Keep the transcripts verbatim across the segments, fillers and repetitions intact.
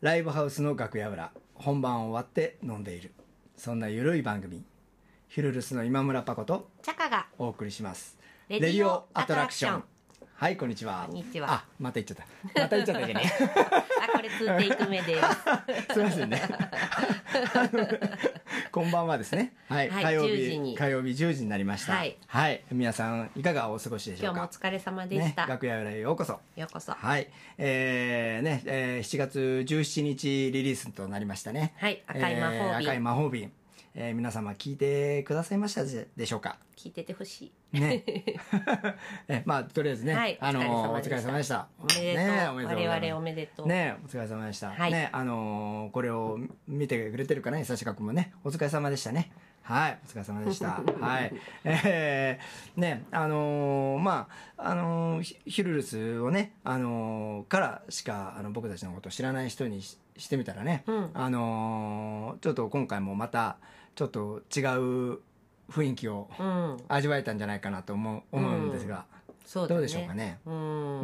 ライブハウスの楽屋裏、本番終わって飲んでいる、そんなゆるい番組、ヒルルスの今村パコとチャカがお送りします。 レディオアトラクション。 はい、こんにちは。 こんにちは。 あ、また言っちゃったまた言っちゃったじゃねあ、これツーテイク目ですすいませんねあのこんばんはですね。はい、 はい火曜じゅうじに日火曜日じゅうじになりました。 はい、 はい、皆さんいかがお過ごしでしょうか。 今日もお疲れ様でした、 ね、楽屋裏へようこそ。 ようこそ。 はい、えーねえー、しちがつじゅうしちにちリリースとなりましたね。 はい、赤い魔法瓶、 えー赤い魔法瓶、えー、皆様聞いてくださいましたでしょうか。 聞いててほしいねえ、まあとりあえずね、 はい、 あのおお疲疲れ様でした。 おめでとう、 ね、おめでとうございます。 我々おめでとうね、お疲れ様でした。 はい、 ね、あのこれを見てくれてるかな、久しかくもね、お疲れ様でしたね。はい、お疲れ様でした。はい、えー、ね、あのー、まああのー、ヒルルスをね、あのー、からしかあの僕たちのことを知らない人に し, してみたらね、 うん、 あのー、ちょっと今回もまたちょっと違う雰囲気を味わえたんじゃないかなと思う、思うんですが、 うん、そうだね、 どうでしょうかね。 うん、 うん、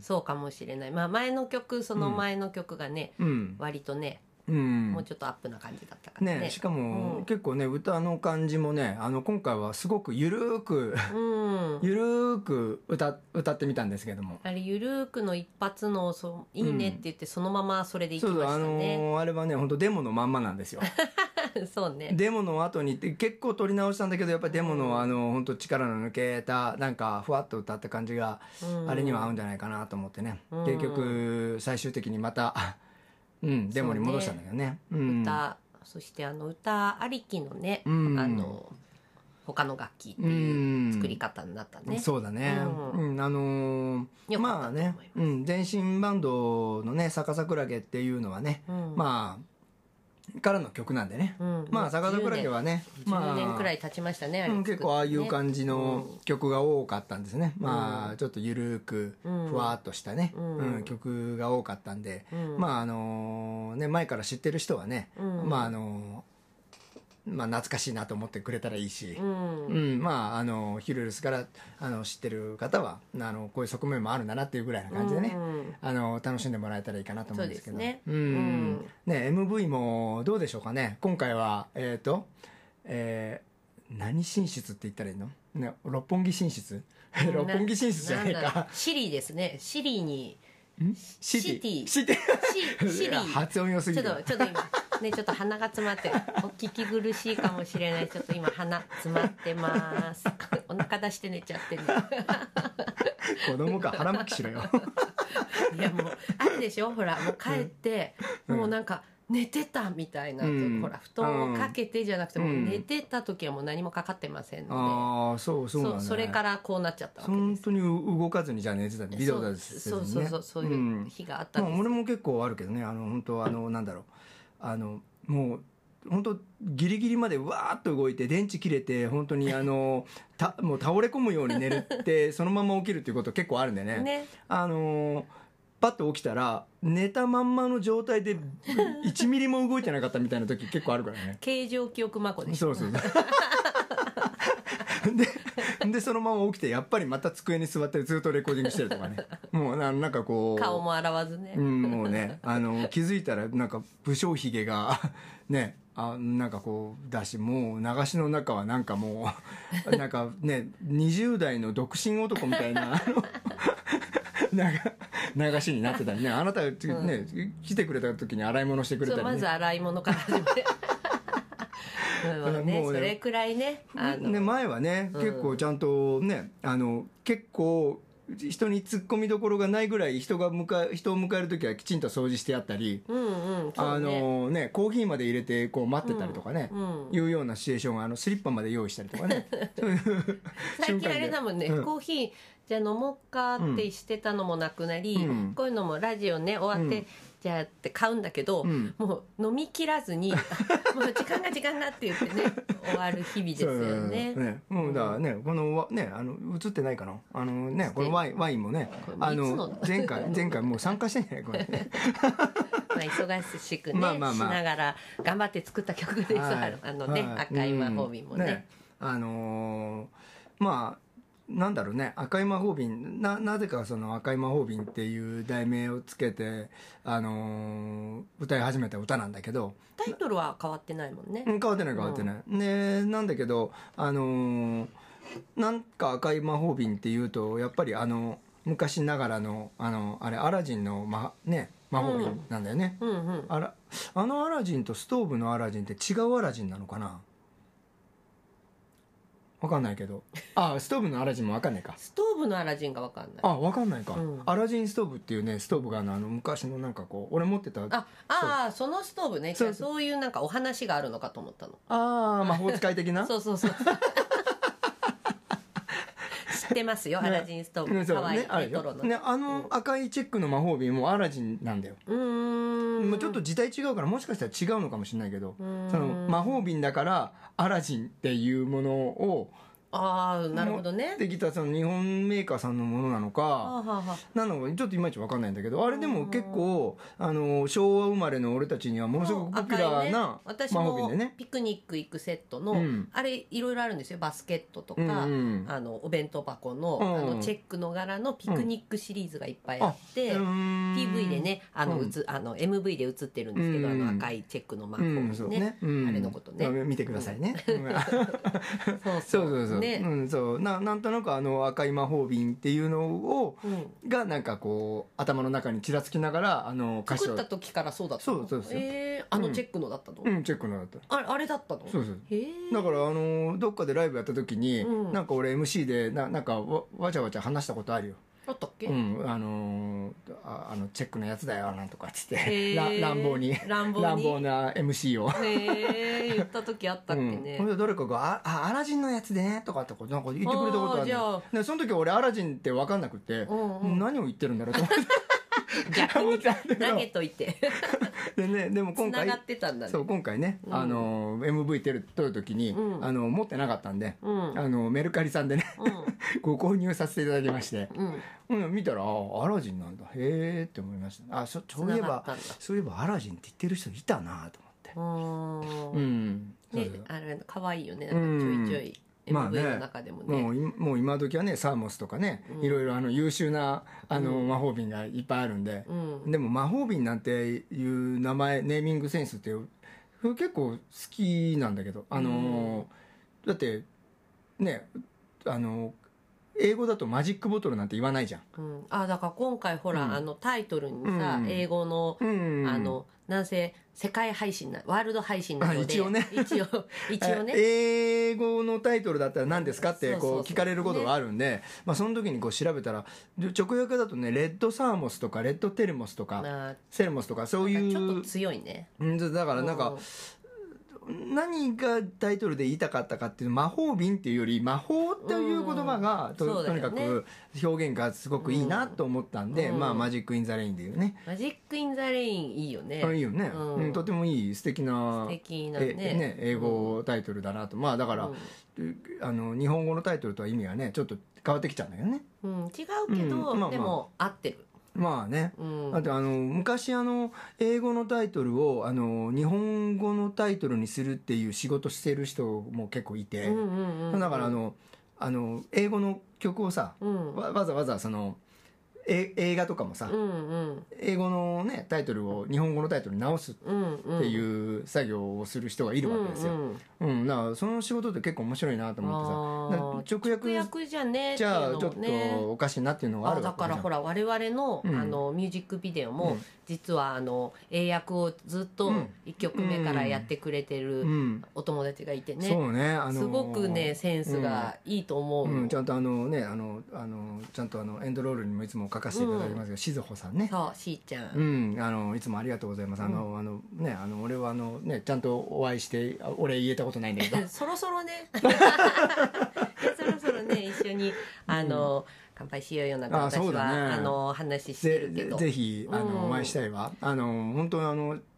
そうかもしれない。まあ前の曲、その前の曲がね、うん、割とね、うん、もうちょっとアップな感じだったからね。 ね、しかも、 うん、 結構ね歌の感じもね、あの今回はすごくゆるーく、うん、ゆるーく 歌, 歌ってみたんですけども、 あれゆるーくの一発のそいいねって言って、そのままそれでいきましたね。 そう、あのー、あれはね本当デモのまんまなんですよそうね、 デモの後に結構撮り直したんだけど、やっぱりデモのあの本当力の抜けたなんかふわっと歌った感じがあれには合うんじゃないかなと思ってね、うん、結局最終的にまたうん、デモに戻したんだけどね。 うん、歌、そしてあの歌ありきのね、うん、あの他の楽器っていう作り方になったね。 うん、そうだね。うん、うん、あのー、まあね、うん、全身バンドのね逆さクラゲっていうのはね、うん、まあからの曲なんでね、うん、まあ逆さクラゲはね、 じゅうねんくらい経ちましたね、あれ、 うん、結構ああいう感じの曲が多かったんですね、うん、まあちょっとゆるくふわっとしたね、うんうん、曲が多かったんで、うん、まああのね前から知ってる人はね、うん、まああのまあ懐かしいなと思ってくれたらいいし、うんうん、まああのヒルルスからあの知ってる方はあのこういう側面もあるんだなっていうぐらいな感じでね、うん、あの楽しんでもらえたらいいかなと思うんですけど、ね、うんうんね、エムブイ もどうでしょうかね。今回はえっ、ー、と、えー、何進出って言ったらいいの、ね、六本木進出六本木進出じゃないか、 シリーですね。シリーにシティシティシリー発音良すぎる。 ちょっとちょっと今ね、ちょっと鼻が詰まってお聞き苦しいかもしれない。ちょっと今鼻詰まってますお腹出して寝ちゃってね子供か腹巻きしろよいやもうあるでしょ、ほらもう帰って、うん、もうなんか寝てたみたいな、うん、ほら布団をかけてじゃなくて、うん、もう寝てた時はもう何もかかってませんので、 ああそうそうなんだ、ね、 そ, それからこうなっちゃったわけです。 本当に動かずにじゃあ寝てたビデオだですね。 そうそうそうそういう日があったんです、うん、 俺も結構あるけどね、あの本当あのなんだろう、あのもう本当ギリギリまでわーっと動いて電池切れて本当にあのたもう倒れ込むように寝るってそのまま起きるっていうこと結構あるんでね、ね、あのパッと起きたら寝たまんまの状態でいちミリも動いてなかったみたいな時結構あるからね。 形状記憶孫でしょ。 そうそうで, でそのまま起きてやっぱりまた机に座ってずっとレコーディングしてるとかねもうな ん, なんかこう顔も洗わずね、 うん、もうねあの気づいたらなんか武将髭がねあなんかこうだし、もう流しの中はなんかもうなんかねにじゅう代の独身男みたいな流しになってたりね。あなたが、ねうん、来てくれた時に洗い物してくれたり、ね、 まず洗い物から始めてもうね、それくらいね、 あのね前はね、うん、結構ちゃんとねあの結構人に突っ込みどころがないぐらい人が迎え人を迎える時はきちんと掃除してあったり、うんうんね、あのねコーヒーまで入れてこう待ってたりとかね、うんうん、いうようなシチュエーションがあのスリッパまで用意したりとかね最近あれだもんね、うん、コーヒーじゃあ飲もうかってしてたのもなくなり、うん、こういうのもラジオね終わって、うんじゃあって買うんだけど、うん、もう飲み切らずにもう時間が時間がって言ってね終わる日々ですよね。 ねもうだからね、このねあの映ってないかなあのねこのワインワインもねあの前回前回もう参加してんじゃないこれねまあ忙しくね、まあまあまあ、しながら頑張って作った曲です、はい、あのね、はい、赤い魔法瓶もね、 ねあのー、まあなんだろうね、赤い魔法瓶、な、なぜかその赤い魔法瓶っていう題名をつけて、あのー歌い始めた歌なんだけど、 タイトルは変わってないもんね。 うん、変わってない変わってない。うん、で、なんだけど、あのーなんか赤い魔法瓶っていうと、やっぱりあの、昔ながらの、あの、あれ、アラジンの、ま、ね、魔法瓶なんだよね。 うんうん、 あら、あのアラジンとストーブのアラジンって違うアラジンなのかな。わかんないけど。あ、ストーブのアラジンもわかんないか。 ストーブのアラジンがわかんない。 あ、わかんないか、 うん、 アラジンストーブっていうね、ストーブがあの、あの昔のなんかこう、俺持ってた。 あ、ああ、そのストーブね。そうそういうなんかお話があるのかと思ったの。 ああ、魔法使い的なそうそうそう。知ってますよ、ね、アラジンストーブ。ね、かわいい、レトロの。 ね、あの赤いチェックの魔法瓶もアラジンなんだよ。うん。ちょっと時代違うから、もしかしたら違うのかもしれないけど、その魔法瓶だから、アラジンっていうものを、 ああ、なるほどね。 できたその日本メーカーさんのものなのか、はあはあ、なのかちょっといまいち分かんないんだけど、あれでも結構あの昭和生まれの俺たちにはものすごくポピュラーな魔法瓶でね。 私もピクニック行くセットの、うん、あれいろいろあるんですよ。バスケットとか、うんうん、あのお弁当箱の、うん、あのチェックの柄のピクニックシリーズがいっぱいあって、うん、ピーブイ でね、あの、うん、あの エムブイ で映ってるんですけど、うん、あの赤いチェックの魔法瓶ね、うんねうん、あれのことね。 見てくださいね。 そうそうそうそうね。 うんそうな, なんとなくあの赤い魔法瓶っていうのを、うん、がなんかこう頭の中にちらつきながらあの歌詞を作った時からそうだったの。 そうそうそう、 えー、あのチェックのだったの。 うん、うん、チェックのだった。 あれあれだったの。 そうそう。へだからあのどっかでライブやった時に、うん、なんか俺 エムシー でななんかわわちゃわちゃ話したことあるよ。 あったっけ？ うん、あのー、あ, あのチェックのやつだよなんとかっつって乱暴に乱暴な エムシー をへえ言った時あったっけね。 うん、誰かがあアラジンのやつでねとかってなんか言ってくれたことあるの。でその時俺アラジンって分かんなくて、うんうん、何を言ってるんだろうと思って逆に投げといてでね、でも今回繋がってたんだね。 そう今回ね、うん、あの エムブイ 撮る撮る時に、うん、あの持ってなかったんで、うん、あのメルカリさんでね、うん、ご購入させていただきまして、うんうん、見たらあアラジンなんだへえって思いました。あそそういえばそういえばアラジンって言ってる人いたなと思って。うん、 ね、あれ可愛いよね。なんかちょいちょい。まあね、エムブイ の中でもね、 もう、もう今時はねサーモスとかね、うん、いろいろあの優秀なあの、うん、魔法瓶がいっぱいあるんで、うん、でも魔法瓶なんていう名前ネーミングセンスって結構好きなんだけど、あの、うん、だってねあの英語だとマジックボトルなんて言わないじゃん、 うん、あだから今回ほら、うん、あのタイトルにさ、うん、英語の、うん、あのなんせ世界配信なワールド配信なので一応ね一応一応ね英語のタイトルだったら何ですかってこう聞かれることがあるんで、まあ、その時にこう調べたら直訳だとねレッドサーモスとかレッドテルモスとかセルモスとかそういうちょっと強いね。 だからなんか、うん何がタイトルで言いたかったかっていう魔法瓶っていうより魔法っていう言葉が と,、うんね、とにかく表現がすごくいいなと思ったんで、うん、まあマジック・イン・ザ・レインでいうね。 マジック・イン・ザ・レインいいよね。 いいよね、うん、とてもいい素敵な素敵な、ねね、英語タイトルだなと。まあだから、うん、あの日本語のタイトルとは意味がねちょっと変わってきちゃうんだよね、 うん、違うけど、まあまあ、でも合ってる。 まあね、うん、あとあの昔あの英語のタイトルをあの日本語のタイトルにするっていう仕事してる人も結構いて、うんうんうん、だからあのあの英語の曲をさ、うん、わ, わざわざそのえ映画とかもさ、うんうん、英語のねタイトルを日本語のタイトルに直すっていう作業をする人がいるわけですよ、うんうんうん、だからその仕事って結構面白いなと思ってさ、直訳直訳じゃねじゃあちょっとおかしいなっていうのがあるわけじゃん。 だからほら我々の、うん、あのミュージックビデオも、うん、実はあの英訳をずっといっきょくめからやってくれてるお友達がいてね、うんそうね、あのー、 すごくねセンスがいいと思う、 うんうん、ちゃんとあのねあのあのちゃんとあのエンドロールにもいつも書かせていただきますけど、しずほさんね。 そうしーちゃん、 うん、あのいつもありがとうございます。あの、うん、あのねあの俺はあのねちゃんとお会いして俺言えたことないんだけどそろそろねそろそろね一緒にあの、うん、乾杯しようよなんて私は あ,、ね、あの話してるけどぜ, ぜひあの、うん、お会いしたいわ。あの本当あの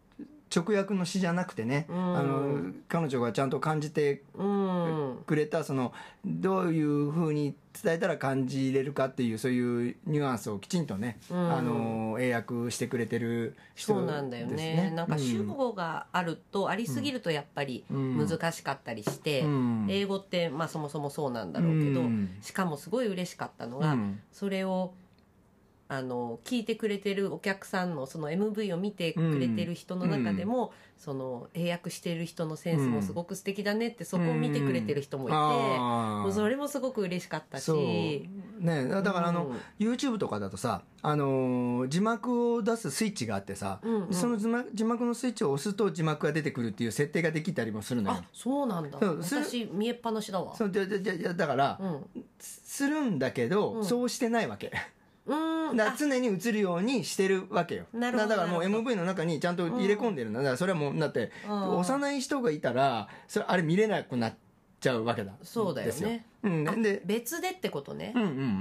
直訳の詩じゃなくてね、うん、あの彼女がちゃんと感じてくれたそのどういうふうに伝えたら感じれるかっていうそういうニュアンスをきちんとね、うん、あの英訳してくれてる人ですね。 そうなんだよね。なんか主語があると、うん、ありすぎるとやっぱり難しかったりして、うん、英語ってまあそもそもそうなんだろうけど、うん、しかもすごい嬉しかったのが、うん、それをあの聞いてくれてるお客さんのその エムブイ を見てくれてる人の中でも、うん、その英訳してる人のセンスもすごく素敵だねってそこを見てくれてる人もいて、うん、もうそれもすごく嬉しかったし、 ね、だからあの、うん、YouTube とかだとさ、あのー、字幕を出すスイッチがあってさ、うんうん、その字幕、字幕のスイッチを押すと字幕が出てくるっていう設定ができたりもするのよ。 あ、そうなんだ。私見えっぱなしだわ。 そうでででだから、うん、するんだけど、うん、そうしてないわけ。うん、だから常に映るようにしてるわけよ。だからもう エムブイ の中にちゃんと入れ込んでるんだ。だからそれはもうだって幼い人がいたらそれあれ見れなくなっちゃうわけだ。 そうだよね。うん、で別でってことね。うんうんうん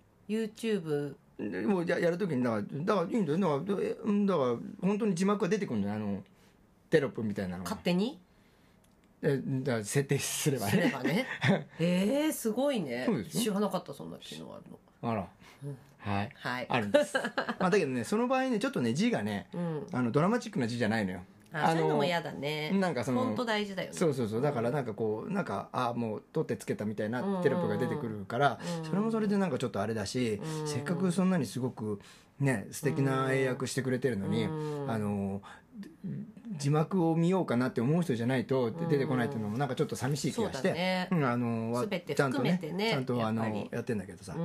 。YouTube もうやるときにだからだからいいんだよ。だからだから本当に字幕が出てくるんだよ。あのテロップみたいなのが。 勝手に？ えだから設定すればね。すればね。 えー、すごいね。知らなかったそんな機能あるの。 あら。 うんはい、 はい、 あるんです。まあだけどねその場合ねちょっとね字がね、うん、あのドラマチックな字じゃないのよ。 あそういうのも嫌だね。 なんかその本当大事だよね。 そうそうそうだからなんかこうなんかあもう取ってつけたみたいなテロップが出てくるから、うん、それもそれでなんかちょっとあれだし、うん、せっかくそんなにすごくね素敵な英訳してくれてるのに、うん、あの字幕を見ようかなって思う人じゃないと出てこないっていうのもなんかちょっと寂しい気がして、 ねうん、あのちゃんとねちゃんとあのやってんだけどさ、うん、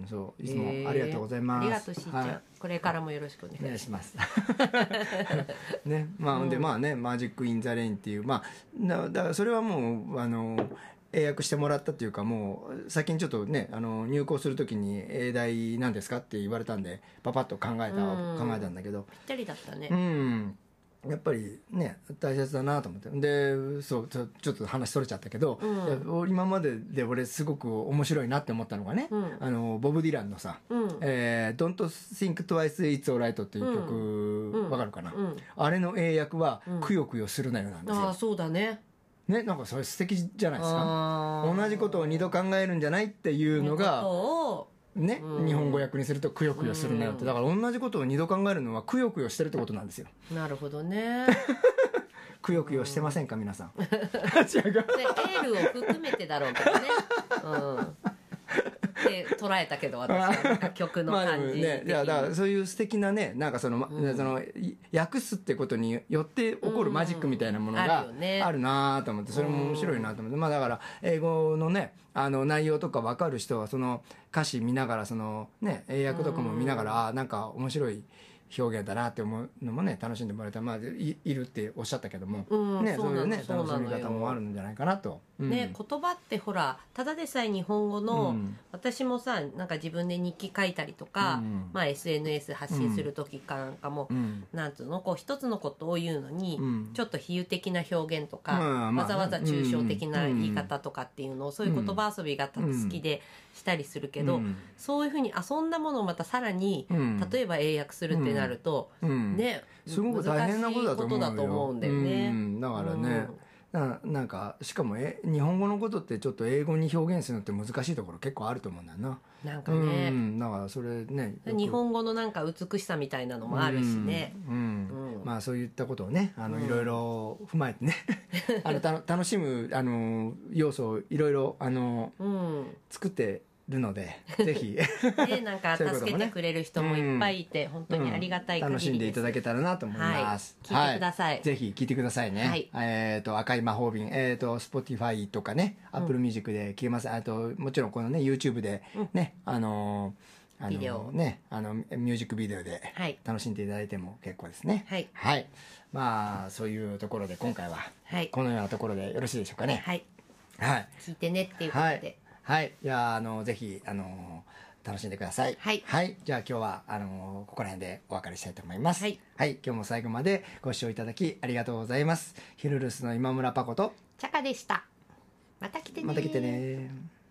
そういつもありがとうございます。 ありがとうしーちゃん、はい、これからもよろしくお願いします。 ねまあ、うん、でまあねマジックインザレインっていうまあだだからそれはもうあの英訳してもらったっていうかもう先にちょっとねあの入校するときに英大なんですかって言われたんでパパッと考えた、うん、考えたんだけどぴったりだったね。 うんやっぱりね大切だなと思ってでそうちょちょっと話それちゃったけど、うん、今までで俺すごく面白いなって思ったのがね、うん、あのボブ・ディランのさ「うんえー、Don't Think Twice It's Alright」っていう曲、うん、わかるかな、うん、あれの英訳は「くよくよするなよ」なんですよ。 ああそうだね。 ね、なんかそれ素敵じゃないですか。同じことを二度考えるんじゃないっていうのがね、うん、日本語訳にするとくよくよするなよって、だから同じことを二度考えるのはくよくよしてるってことなんですよ。 なるほどね。 くよくよしてませんか皆さん。違う。でエールを含めてだろうけどね。うんって捉えたけど私はなんか曲の感じ的に、まあね、いやだからそういう素敵なねなんかその、うん、その訳すってことによって起こるマジックみたいなものがあるなと思って、それも面白いなと思って、まあだから英語のねあの内容とか分かる人はその歌詞見ながらそのね英訳とかも見ながら、あなんか面白い表現だなって思うのもね楽しんでもらえたら、まあ、い, いるっておっしゃったけども、うんね、そういうね楽しみ方もあるんじゃないかなと、 うん、ね言葉ってほらただでさえ日本語の、うん、私もさなんか自分で日記書いたりとか、うんまあ、エスエヌエス 発信する時かなんかも、うん、なんつうのこう一つのことを言うのに、うん、ちょっと比喩的な表現とか、うんわざわざ抽象的な言い方とかっていうのを、うん、そういう言葉遊びが好きでしたりするけど、うん、そういうふうに遊んだものをまたさらに、うん、例えば英訳するってなると、うん、ねすごく大変なことだと思うよ。 難しいことだと思うんだよね、 うん、だからね、うん、な, なんかしかもえ日本語のことってちょっと英語に表現するのって難しいところ結構あると思うんだよな。 なんかね、うん、 だからそれね日本語のなんか美しさみたいなのもあるしね、 うんうんうん、まあそういったことをねあの、うん、いろいろ踏まえてねあのた楽しむあの要素をいろいろあの、うん、作ってるのでぜひね、なんか助けてくれる人もいっぱいいて、うん、本当にありがたい限りです、うん、楽しんでいただけたらなと思います、 はい、聞いてください、 はい、ぜひ聞いてくださいね、はい、えっ、ー、と赤い魔法瓶、えっ、ー、と Spotify とかね Apple Music で聞けます、うん、あともちろんこのね YouTube でね、うん、あのー、あのビデオねあのミュージックビデオで楽しんでいただいても結構ですね、はい、はい、まあそういうところで今回はこのようなところでよろしいでしょうかね。 はい、 はい、 聞いてねっていうことで、 はいはい、いやあのぜひあの楽しんでください。 はい、 はい、じゃあ今日はあのここら辺でお別れしたいと思います。 はい、 はい、今日も最後までご視聴いただきありがとうございます。ヒルルスの今村パコとチャカでした。また来てね。 また来てね。